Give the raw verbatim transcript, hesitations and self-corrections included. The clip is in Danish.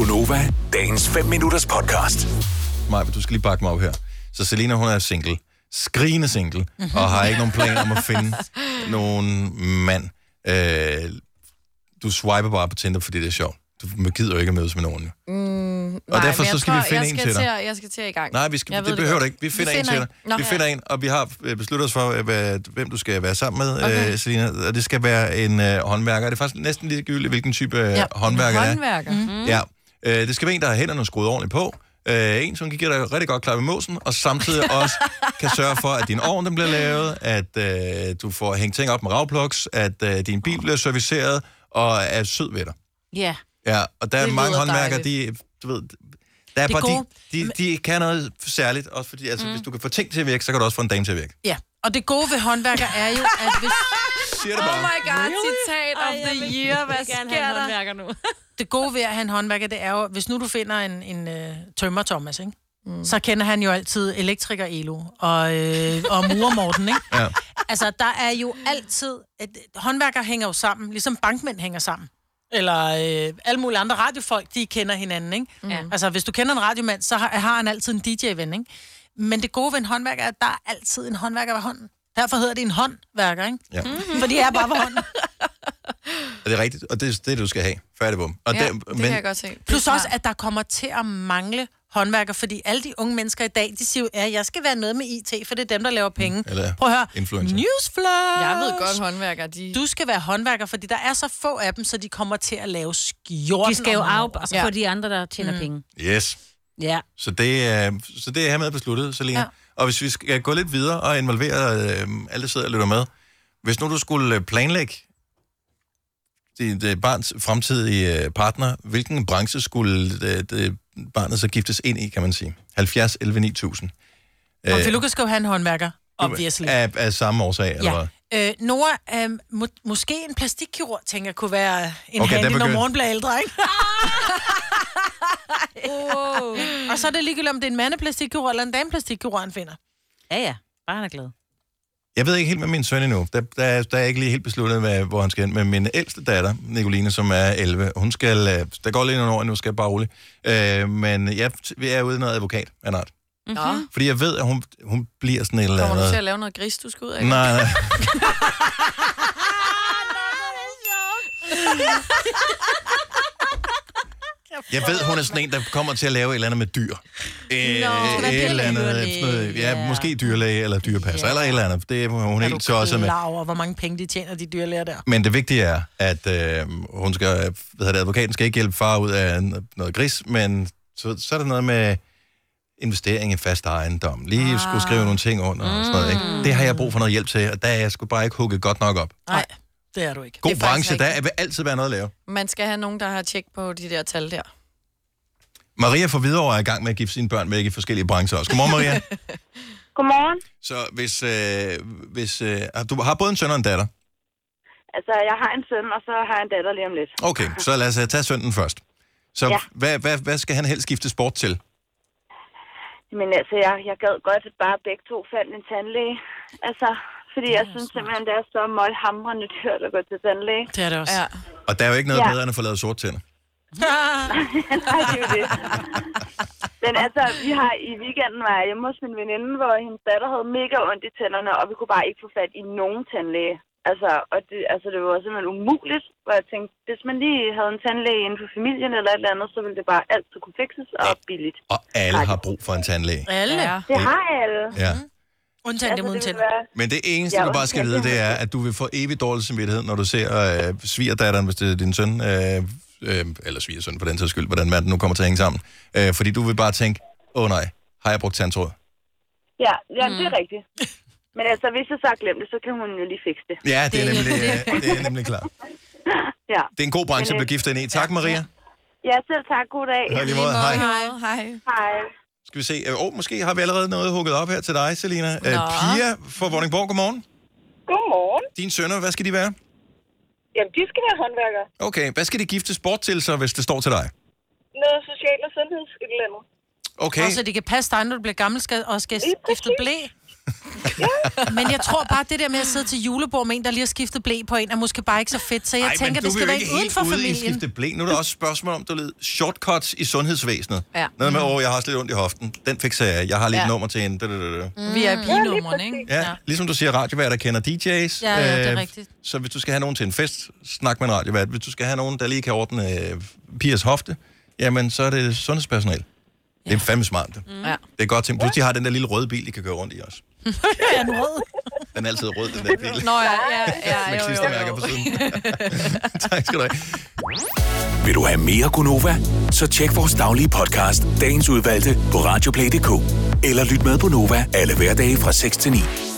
Gunova, dagens fem minutters podcast. Maja, du skal lige bakke mig op her. Så Selina, hun er single. Skrigende single. Mm-hmm. Og har ikke nogen planer om at finde nogen mand. Øh, du swiper bare på Tinder, fordi det er sjovt. Du gider jo ikke at mødes med nogen. Mm, og nej, derfor så skal tror, vi finde en til dig. At, jeg skal til at i gang. Nej, vi skal, det behøver du ikke. Vi finder, vi finder en til dig. Nå, vi finder ja. en, og vi har besluttet os for, hvad, hvem du skal være sammen med, okay. uh, Selina. Og det skal være en uh, håndværker. Det er faktisk næsten ligegyldigt, hvilken type uh, ja. håndværker det er. Håndværker. Mm. Ja. Uh, det skal være en, der har hænderne skruet ordentligt på. Uh, en, som kan give dig rigtig godt klap i måsen, og samtidig også kan sørge for, at din ovn den bliver lavet, at uh, du får hængt ting op med ravplugs, at uh, din bil bliver serviceret, og er sød ved dig. Ja. Yeah. Ja, og der er mange håndværkere, de, du ved, der er bare, de, de, de kan noget særligt, også fordi, altså, mm. hvis du kan få ting til at virke, så kan du også få en dame til at virke. Ja, og det gode ved håndværker er jo, at hvis... Siger det bare. Oh my god, citat of the year, hvad sker der? Nu. Det gode ved at have en håndværker, det er jo, hvis nu du finder en, en uh, tømmer Thomas, ikke? Mm. Så kender han jo altid elektriker Elo og, øh, og murer Morten, ikke? Ja. Altså, der er jo altid... Et, håndværker hænger jo sammen, ligesom bankmænd hænger sammen. Eller øh, alle mulige andre radiofolk, de kender hinanden, ikke? Mm. Altså, hvis du kender en radiomand, så har, har han altid en D J-ven, ikke? Men det gode ved en håndværker er, at der er altid en håndværker ved hånden. Derfor hedder det en håndværker, ikke? Ja. Mm-hmm. For de er bare ved hånden. Og det er rigtigt, og det er det, du skal have. Færdig bum. Og ja, det, det men, kan jeg godt se. Plus også, at der kommer til at mangle håndværker, fordi alle de unge mennesker i dag, de siger jo, ja, jeg skal være noget med I T, for det er dem, der laver penge. Eller prøv at høre. Influencer. Newsflash! Jeg ved godt, håndværker, de... Du skal være håndværker, fordi der er så få af dem, så de kommer til at lave skjorten. De skal jo af ja. på de andre, der tjener mm. penge. Yes. Ja. Så det er, så det er hermed besluttet, Selina. Ja. Og hvis vi skal gå lidt videre og involvere øh, alle, der sidder og lytter med. Hvis nu du skulle planlægge dit barns fremtidige partner, hvilken branche skulle det, det barnet så giftes ind i, kan man sige? halvfjerds elleve ni tusind. Og øh, Lukas skal jo have en håndværker, obviously. Af, af samme årsag, ja. Eller hvad? Øh, Nora, øh, må, måske en plastikkirurg, tænker jeg, kunne være en okay, handy, begynd... når moren bliver ældre, ikke? oh. Og så er det ligegyldigt, om det er en mandeplastikkirurg eller en dameplastikkirurg, han finder. Ja, ja. Bare han er glad. Jeg ved ikke helt med min søn endnu. Der, der, der er ikke lige helt besluttet, hvad, hvor han skal hen. Men min ældste datter, Nicoline, som er elleve, hun skal... Der går lige nogle år, nu skal jeg bare roligt. Øh, men jeg, jeg er ude i noget advokat af en art. Mm-hmm. Fordi jeg ved, at hun, hun bliver sådan et eller andet... Kommer du til at lave noget gris, du skal ud af? Nej, nej. Jeg ved, hun er sådan en, der kommer til at lave et eller andet med dyr. Øh, Nå, et eller andet, noget, ja, yeah. Måske dyrlæge eller dyrepasser, yeah. eller et eller andet. Det er hun er helt tosset med. Over, hvor mange penge de tjener, de dyrlæger der. Men det vigtige er, at øh, hun skal, hvad det, advokaten skal ikke hjælpe far ud af noget gris, men så, så er der noget med investering i fast ejendom. Lige ah. skulle skrive nogle ting under og sådan noget, ikke? Det har jeg brug for noget hjælp til, og der er jeg sgu bare ikke hugget godt nok op. Nej, det er du ikke. God branche, der vil altid være noget at lave. Man skal have nogen, der har tjek på de der tal der. Maria fra Hvidovre er i gang med at give sine børn væk i forskellige brancher også. Godmorgen, Maria. Godmorgen. Så hvis, øh, hvis øh, du har både en søn og en datter? Altså, jeg har en søn, og så har jeg en datter lige om lidt. Okay, så lad os tage sønnen først. Så ja. hvad, hvad, hvad skal han helst skifte sport til? Men altså, jeg, jeg gad godt bare begge to fandt en tandlæge. Altså, fordi jeg synes simpelthen, det er så møghamrende dyrt at gå til tandlæge. Det er det også. Ja. Og der er jo ikke noget ja. bedre, end at få lavet sort tænder. Nej, det er jo det. Men altså, vi har i weekenden var jeg hjemme hos min veninde, hvor hendes datter havde mega ondt i tænderne, og vi kunne bare ikke få fat i nogen tandlæge. Altså, og det, altså, det var simpelthen umuligt, hvor jeg tænkte, hvis man lige havde en tandlæge inden for familien eller et eller andet, så ville det bare altid kunne fikses og billigt. Og alle har brug for en tandlæge. Alle? Ja. Det har alle. Ja. Undtagen altså, det uden tænder. Være... Men det eneste, ja, du bare skal vide, det er, at du vil få evig dårlig samvittighed, når du ser øh, svigerdatteren, hvis det er din søn, øh, øh, eller svigersøn for den sags skyld, hvordan man nu kommer til at hænge sammen. Øh, fordi du vil bare tænke, åh oh, nej, har jeg brugt tandtråd? Ja, ja mm. det er rigtigt. Men altså, hvis jeg så har glemt det, så kan hun jo lige fikse det. Ja, det er nemlig, øh, det er nemlig klart. Ja. Det er en god branche at blive giftet ind i. Tak, Maria. Ja, selv tak. God dag. Hej lige måde. Hej. Hej. Hej. Hej. Skal vi se. Åh, oh, måske har vi allerede noget hugget op her til dig, Selina. Uh, Pia fra Vordingborg, godmorgen. Godmorgen. Dine sønner, hvad skal de være? Jamen, de skal være håndværkere. Okay, hvad skal de gifte sport til så, hvis det står til dig? Noget social og sundheds et eller andet. Okay. Og så de kan passe dig, når du bliver gammel skal, og skal skifte blæ. Men jeg tror bare, det der med at sidde til julebord med en, der lige har skiftet blæ på en, er måske bare ikke så fedt. Så jeg Ej, tænker, du det skal være ikke uden for familien. skifte blæ. Nu er der også spørgsmål om, du ved, shortcuts i sundhedsvæsenet. Ja. Noget med, åh, jeg har også lidt ondt i hoften. Den fikser jeg. Jeg har lige et Ja. nummer til en. Mm. V I P-nummerne, ikke? Ja, ligesom du siger, radioværter kender D J's. Ja, ja, det er øh, rigtigt. Så hvis du skal have nogen til en fest, snak med en radiovært. Hvis du skal have nogen, der lige kan ordne øh, pigers hofte, jamen, så er det sundhedspersonal. Ja. Det er fandme smart. Det, Ja. det er godt ting. Plus, de har den der lille røde bil, de kan køre rundt i også. Ja, en rød. Den er altid rød, den der bil. Nå ja, ja, ja. Med jo, jo, klistermærker jo. på siden. Tak skal du have. Vil du have mere Gunova? Så tjek vores daglige podcast, dagens udvalgte, på radioplay punktum d k. Eller lyt med på Nova alle hverdage fra seks til ni.